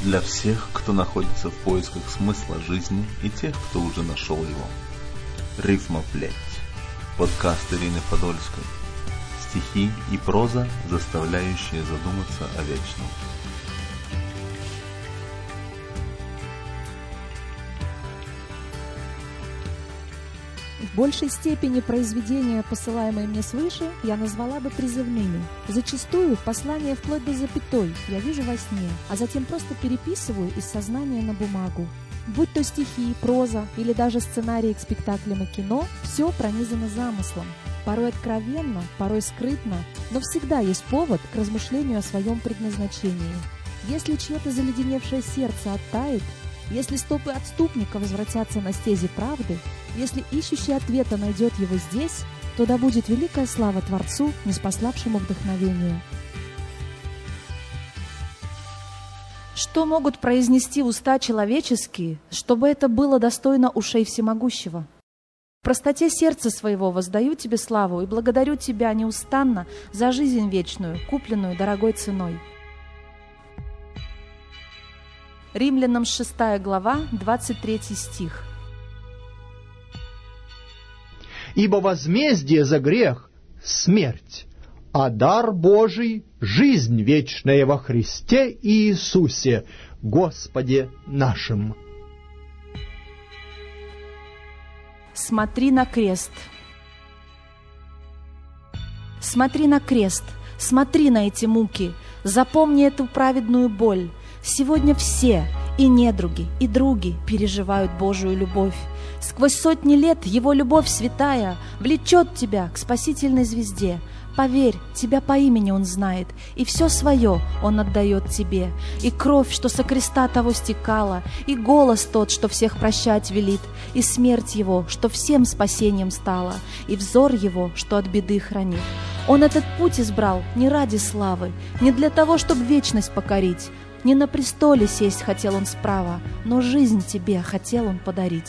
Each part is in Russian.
Для всех, кто находится в поисках смысла жизни и тех, кто уже нашел его. Рифмоплеть. Подкаст Ирины Подольской. Стихи и проза, заставляющие задуматься о вечном. В большей степени произведения, посылаемые мне свыше, я назвала бы призывными. Зачастую послания вплоть до запятой я вижу во сне, а затем просто переписываю из сознания на бумагу. Будь то стихи, проза или даже сценарии к спектаклям и кино, все пронизано замыслом. Порой откровенно, порой скрытно, но всегда есть повод к размышлению о своем предназначении. Если чье-то заледеневшее сердце оттает, если стопы отступника возвратятся на стези правды, если ищущий ответа найдет его здесь, то да будет великая слава Творцу, ниспославшему вдохновение. Что могут произнести уста человеческие, чтобы это было достойно ушей Всемогущего? В простоте сердца своего воздаю Тебе славу и благодарю Тебя неустанно за жизнь вечную, купленную дорогой ценой. Римлянам 6 глава, 23 стих. «Ибо возмездие за грех — смерть, а дар Божий — жизнь вечная во Христе Иисусе, Господе нашим». Смотри на крест. Смотри на крест, смотри на эти муки, запомни эту праведную боль. Сегодня все, и недруги, и други, переживают Божию любовь. Сквозь сотни лет Его любовь святая влечет тебя к спасительной звезде. Поверь, тебя по имени Он знает, и все свое Он отдает тебе. И кровь, что со креста того стекала, и голос тот, что всех прощать велит, и смерть Его, что всем спасением стала, и взор Его, что от беды хранит. Он этот путь избрал не ради славы, не для того, чтобы вечность покорить. Не на престоле сесть хотел Он справа, но жизнь тебе хотел Он подарить.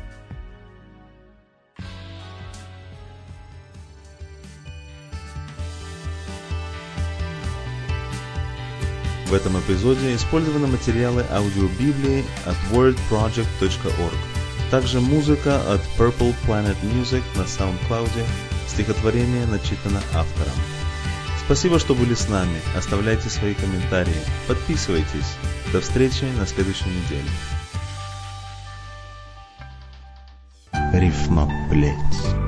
В этом эпизоде использованы материалы аудиобиблии от wordproject.org. Также музыка от Purple Planet Music на SoundCloud. Стихотворение начитано автором. Спасибо, что были с нами. Оставляйте свои комментарии. Подписывайтесь. До встречи на следующей неделе. Рифмоплеть.